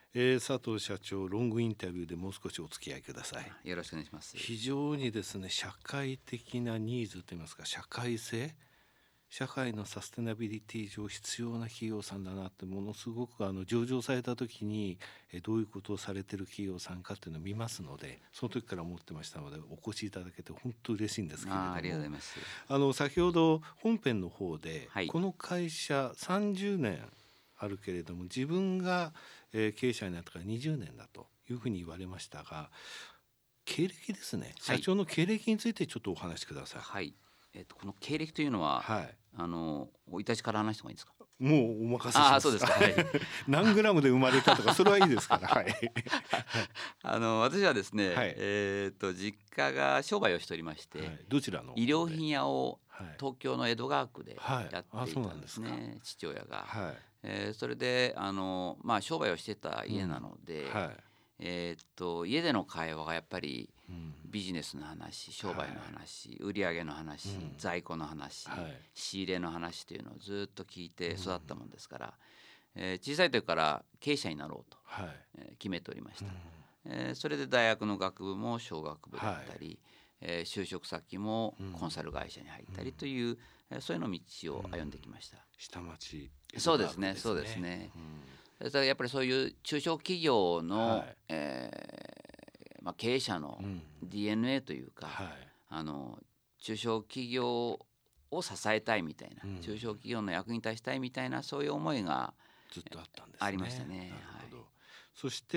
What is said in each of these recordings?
佐藤社長、ロングインタビューでもう少しお付き合いください。 よろしくお願いします。 非常にですね、社会的なニーズといいますか、社会性、社会のサステナビリティ上必要な企業さんだなって、ものすごく上場された時にどういうことをされてる企業さんかっていうのを見ますので、その時から思ってましたので、お越しいただけて本当嬉しいんですけれども、 ありがとうございます。 先ほど本編の方で、 はい、 この会社30年あるけれども、自分が経営者になったから20年だというふうに言われましたが、経歴ですね、社長の経歴についてちょっとお話しください。 はい、この経歴というのは、 はい、 生い立ちから話してもいいですか？ もうお任せします。 そうですか。はい、 何グラムで生まれたとかそれはいいですから。はい、 私はですね、 はい、 実家が商売をしておりまして、 はい、どちらの衣料品屋をはい、 東京の江戸川区でやっていたんですね、 はい、 父親が。 はい、 それで商売をしてた家なので、 はい、 家での会話がやっぱりうん、 ビジネスの話、商売の話、売上の話、在庫の話、 はい、 仕入れの話というのをずっと聞いて育ったもんですから、小さい時から経営者になろうと、 はい、 決めておりました。それで大学の学部も商学部だったり、就職先もコンサル会社に入ったりという、そういうの道を歩んできました。 下町、 そうですね、そうですね。それやっぱりそういう中小企業の、経営者の DNA というか、中小企業を支えたいみたいな、中小企業の役に立ちたいみたいな、そういう思いがずっとあったんですね。 ありましたね。 なるほど。そして、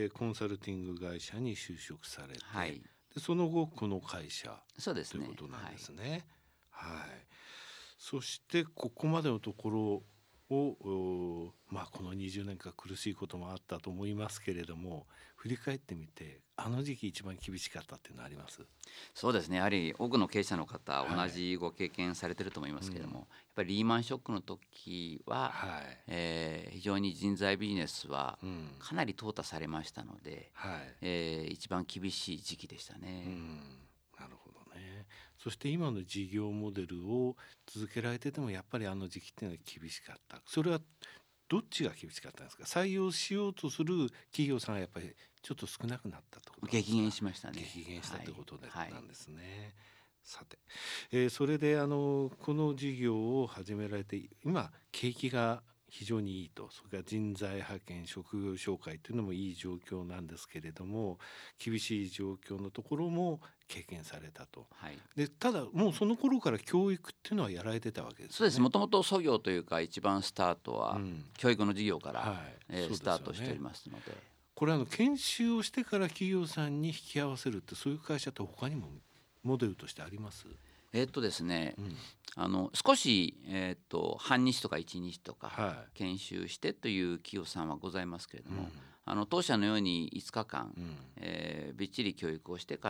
コンサルティング会社に就職されて、 はい、 でその後この会社そうですね、 ということなんですね。はい、そしてここまでのところをこの20年間苦しいこともあったと思いますけれども、振り返ってみてあの時期一番厳しかったっていうのはあります？ そうですね、やはり多くの経営者の方、同じご経験されてると思いますけれども、やっぱりリーマンショックの時は、非常に人材ビジネスはかなり淘汰されましたので、一番厳しい時期でしたね。 なるほどね。そして今の事業モデルを続けられてても、やっぱりあの時期っていうのは厳しかった。それはどっちが厳しかったんですか？採用しようとする企業さんがやっぱりちょっと少なくなったってことですか？ 激減しましたね。 激減したってことで、なんですね。さて、 それでこの事業を始められて、今景気が非常にいいと、それから人材派遣、職業紹介というのもいい状況なんですけれども、厳しい状況のところも経験されたと。でただもうその頃から教育っていうのはやられてたわけですよね。 そうです。もともと創業というか一番スタートは教育の事業から、スタートしておりますので、 これ研修をしてから企業さんに引き合わせるって、そういう会社って他にもモデルとしてあります？ ですね、少し、半日とか1日とか研修してという企業さんはございますけれども、当社のように5日間、びっちり教育をしてから、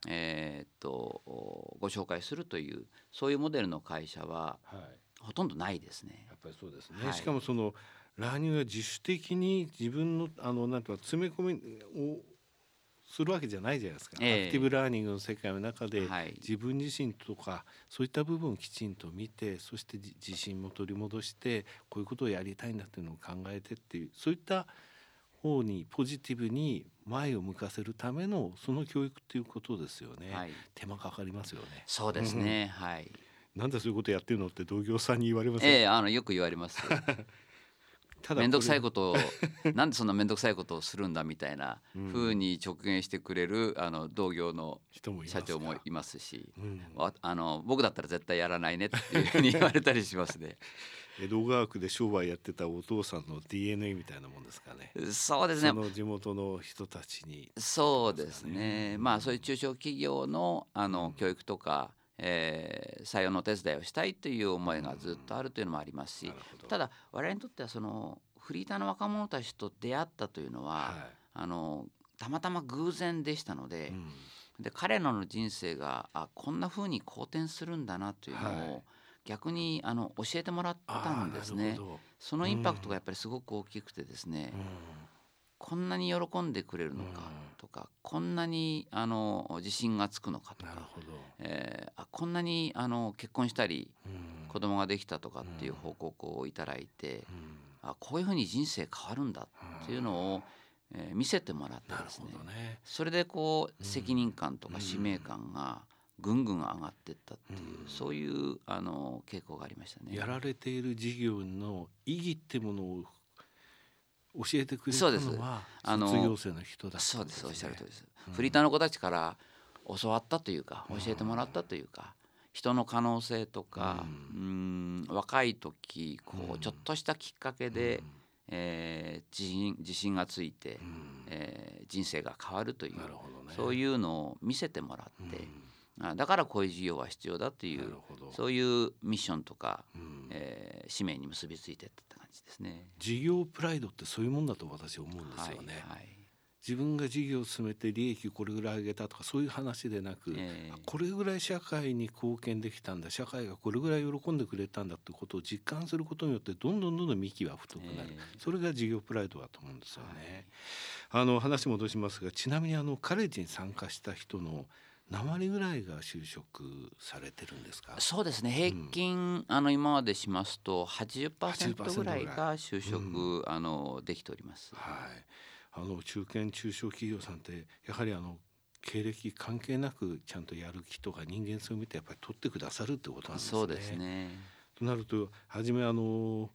ご紹介するという、そういうモデルの会社はほとんどないですね。 やっぱりそうですね。しかもそのラーニングは自主的に自分のなんていうか詰め込みをするわけじゃないじゃないですか。アクティブラーニングの世界の中で、自分自身とかそういった部分をきちんと見て、そして自信も取り戻して、こういうことをやりたいんだっていうのを考えてっていう、そういった方にポジティブに前を向かせるためのその教育っていうことですよね。手間かかりますよね。 そうですね。 なんでそういうことやってるのって同業さんに言われません？ よく言われます。面倒くさいことをなんでそんな面倒くさいことをするんだみたいな風に直言してくれる同業の社長もいますし、僕だったら絶対やらないねっていうふうに言われたりしますね。 江戸川区で商売やってたお父さんの DNA みたいなもんですかね。 そうですね。 その地元の人たちに、 そうですね。そういう中小企業の教育とか採用のお手伝いをしたいという思いがずっとあるというのもありますし、ただ我々にとってはそのフリーターの若者たちと出会ったというのは、たまたま偶然でしたので、彼らの人生がこんな風に好転するんだなというのを逆に教えてもらったんですね。そのインパクトがやっぱりすごく大きくてですね、こんなに喜んでくれるのかとか、こんなに自信がつくのかとか、こんなに結婚したり子供ができたとかっていう報告をいただいて、 こういうふうに人生変わるんだっていうのを、見せてもらってですね、それでこう責任感とか使命感がぐんぐん上がっていったっていう、そういう傾向がありましたね。 やられている事業の意義ってものを教えてくれたのは卒業生の人だったんですね。 そうです、おっしゃる通りです。フリーターの子たちから教わったというか、教えてもらったというか、人の可能性とか、若い時こうちょっとしたきっかけで、自信がついて、人生が変わるという、そういうのを見せてもらって、だからこういう事業は必要だという、そういうミッションとか、使命に結びついていった感じですね。 事業プライドってそういうもんだと私は思うんですよね。自分が事業を進めて利益これぐらい上げたとかそういう話でなく、これぐらい社会に貢献できたんだ、社会がこれぐらい喜んでくれたんだってことを実感することによってどんどん幹は太くなる、それが事業プライドだと思うんですよね。話戻しますが、ちなみにカレッジに参加した人の何割ぐらいが就職されてるんですか？ そうですね、平均、今までしますと 80% ぐらいが就職、できております。 中堅中小企業さんってやはり経歴関係なくちゃんとやる気とか人間性を見てやっぱり取ってくださるってことなんですね。 そうですね。 となると初めその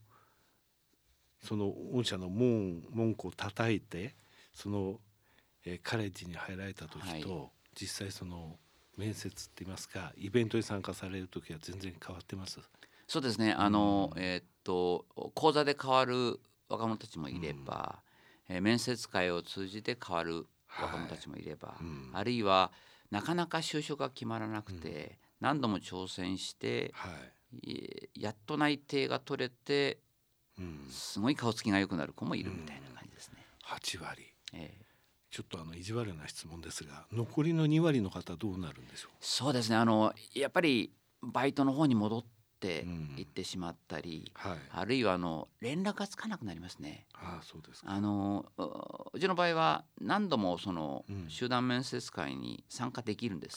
御社の門戸を叩いてカレッジに入られた時と、実際面接って言いますかイベントに参加される時は全然変わってます？ そうですね、講座で変わる若者たちもいれば、面接会を通じて変わる若者たちもいれば、あるいはなかなか就職が決まらなくて、何度も挑戦して、やっと内定が取れて、すごい顔つきが良くなる子もいるみたいな感じですね。 8割、ちょっと意地悪な質問ですが、残りの2割の方どうなるんでしょう？ そうですね、やっぱりバイトの方に戻って行ってしまったり、あるいは連絡がつかなくなりますね。 そうですか。 うちの場合は何度も集団面接会に参加できるんです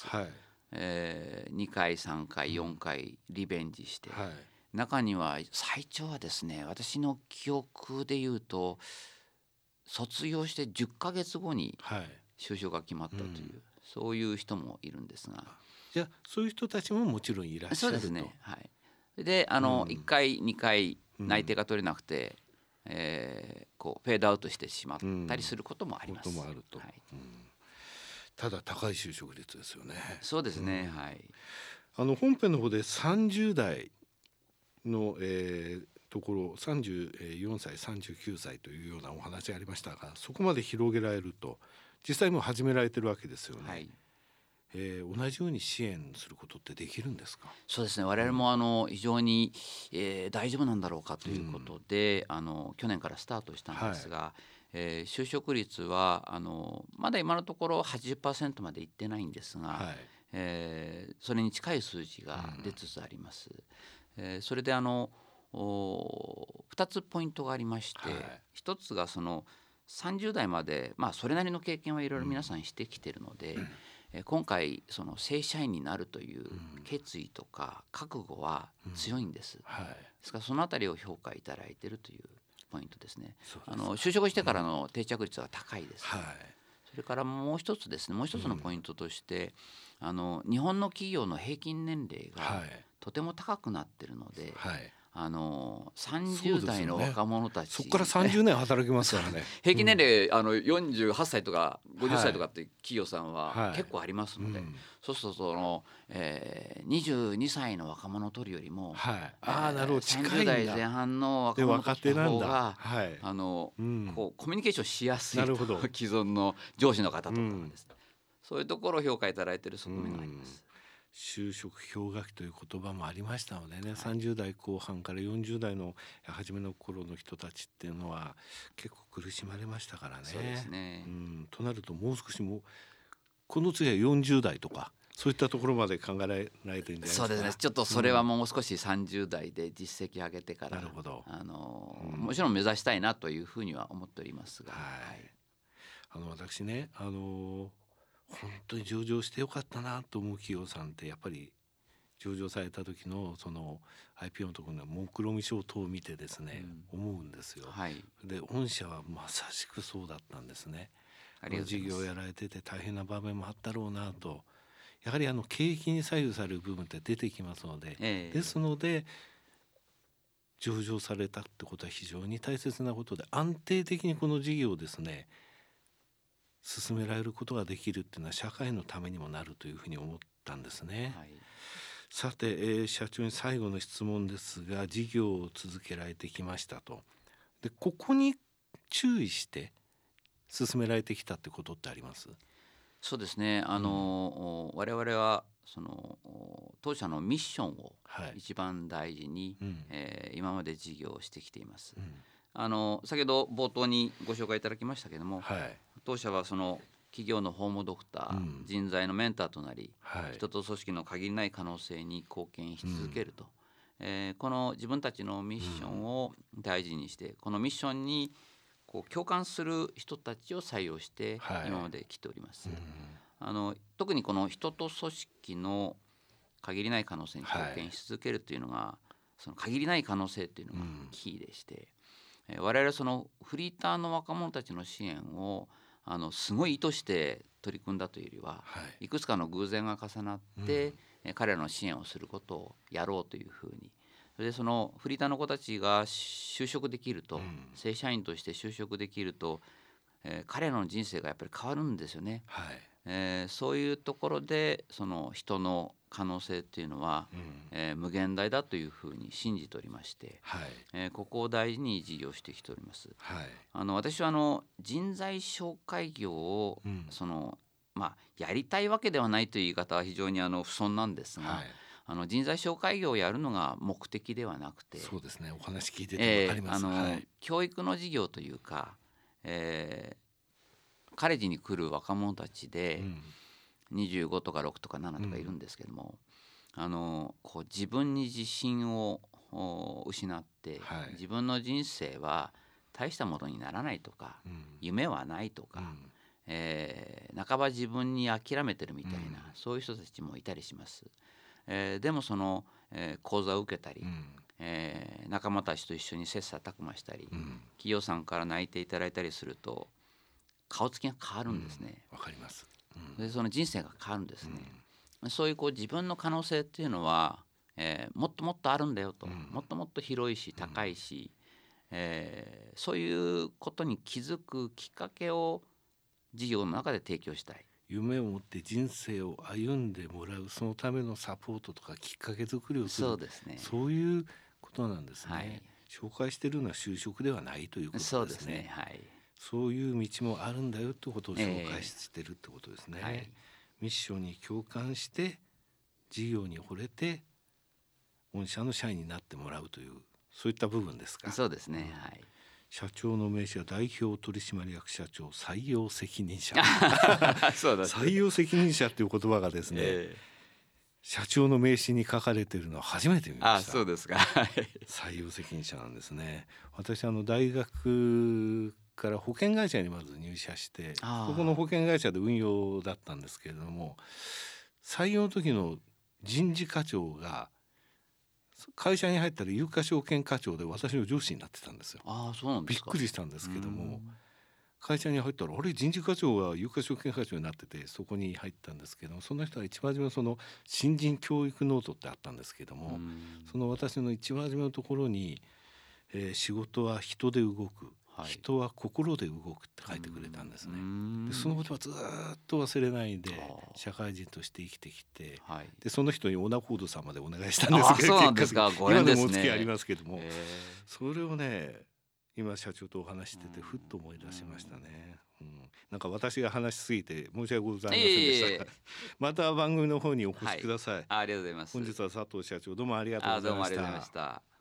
。2回3回4回リベンジして、中には最長はですね、私の記憶でいうと卒業して10ヶ月後に就職が決まったという、そういう人もいるんですが、 じゃあそういう人たちももちろんいらっしゃると。 そうですね、で1回2回内定が取れなくて、こうフェードアウトしてしまったりすることもあります。 こともあると、ただ高い就職率ですよね。 そうですね、 本編の方で30代の、ところ34歳39歳というようなお話ありましたが、そこまで広げられると実際もう始められてるわけですよね。同じように支援することってできるんですか？ そうですね、我々も非常に、大丈夫なんだろうかということで、去年からスタートしたんですが、就職率はまだ今のところ 80% までいってないんですが、それに近い数字が出つつあります。それで2つポイントがありまして、1つが30代まで、それなりの経験はいろいろ皆さんしてきているので、今回正社員になるという決意とか覚悟は強いんです。ですからそのあたりを評価いただいているというポイントですね。就職してからの定着率が高いです。それからもう一つですね、もう一つのポイントとして、日本の企業の平均年齢がとても高くなっているので、30代の若者たち、 そこから30年働きますからね平均年齢48歳とか50歳とかって企業さんは結構ありますので、そうすると22歳の若者を取るよりも、30代前半の若者たちの方がこうコミュニケーションしやすいと、既存の上司の方とかです、そういうところを評価いただいている側面があります。 就職氷河期という言葉もありましたのでね、30代後半から40代の初めの頃の人たちっていうのは結構苦しまれましたからね。 そうですね、 となるともう少しこの次は40代とかそういったところまで考えられてるんじゃないですか。 そうですね、ちょっとそれはもう少し30代で実績上げてから、もちろん目指したいなというふうには思っておりますが、 私ね本当に上場してよかったなと思う企業さんってやっぱり上場された時のその IPO のところの目論見書等を見てですね、思うんですよ。で御社はまさしくそうだったんですね。事業をやられてて大変な場面もあったろうなと。やはり景気に左右される部分って出てきますので、ですので上場されたってことは非常に大切なことで、安定的にこの事業をですね進められることができるっていうのは社会のためにもなるというふうに思ったんですね。さて、社長に最後の質問ですが、事業を続けられてきましたと。でここに注意して進められてきたってことってあります？ そうですね、我々はその当社のミッションを一番大事に、今まで事業をしてきています。先ほど冒頭にご紹介いただきましたけれども、当社はその企業のホームドクター、人材のメンターとなり、人と組織の限りない可能性に貢献し続けると、この自分たちのミッションを大事にして、このミッションに共感する人たちを採用して今まで来ております。特にこの人と組織の限りない可能性に貢献し続けるというのが、その限りない可能性というのがキーでして、我々はそのフリーターの若者たちの支援をすごい意図して取り組んだというよりは、いくつかの偶然が重なって、彼らの支援をすることをやろうというふうに。それでそのフリーターの子たちが就職できると、正社員として就職できると、彼らの人生がやっぱり変わるんですよね。そういうところでその人の可能性っていうのは、無限大だというふうに信じておりまして、ここを大事に事業してきております。私は人材紹介業を、やりたいわけではないという言い方は非常に不遜なんですが、人材紹介業をやるのが目的ではなくて、 そうですね、お話聞いてて分かります。 教育の事業というか、カレッジに来る若者たちで、25とか6とか7とかいるんですけども、自分に自信を失って、自分の人生は大したものにならないとか、夢はないとか、半ば自分に諦めてるみたいな、そういう人たちもいたりします。でもその、講座を受けたり、仲間たちと一緒に切磋琢磨したり、企業さんから内定いただいたりすると顔つきが変わるんですね。 わかります。 でその人生が変わるんですね。そういう自分の可能性っていうのは、もっともっとあるんだよと、もっともっと広いし高いし、そういうことに気づくきっかけを事業の中で提供したい。 夢を持って人生を歩んでもらう、そのためのサポートとかきっかけ作りをする、 そうですね、 そういうことなんですね。紹介しているのは就職ではないということですね。 そうですね、 そういう道もあるんだよということを紹介しているってことですね。ミッションに共感して事業に惚れて御社の社員になってもらうという、そういった部分ですか。 そうですね、 社長の名刺は代表取締役社長採用責任者そうだ採用責任者っていう言葉がですね、社長の名刺に書かれているのは初めて見ました。 そうですか。 採用責任者なんですね。私大学から保険会社にまず入社して、ここの保険会社で運用だったんですけれども、採用の時の人事課長が会社に入ったら有価証券課長で私の上司になってたんですよ。 そうなんですか。 びっくりしたんですけども、会社に入ったらあれ人事課長が有価証券課長になってて、そこに入ったんですけども、その人は一番初めのその新人教育ノートってあったんですけども、その私の一番初めのところに、仕事は人で動く、人は心で動くって書いてくれたんですね。でその言葉ずっと忘れないで社会人として生きてきて、でその人にオナコードさんまでお願いしたんですけど、 そうなんですか。ご縁ですね。 今でもお付き合いありますけども、それをね今社長とお話しててふっと思い出しましたね。なんか私が話しすぎて申し訳ございませんでした。また番組の方にお越しください。 ありがとうございます。 本日は佐藤社長どうもありがとうございました。 どうもありがとうございました。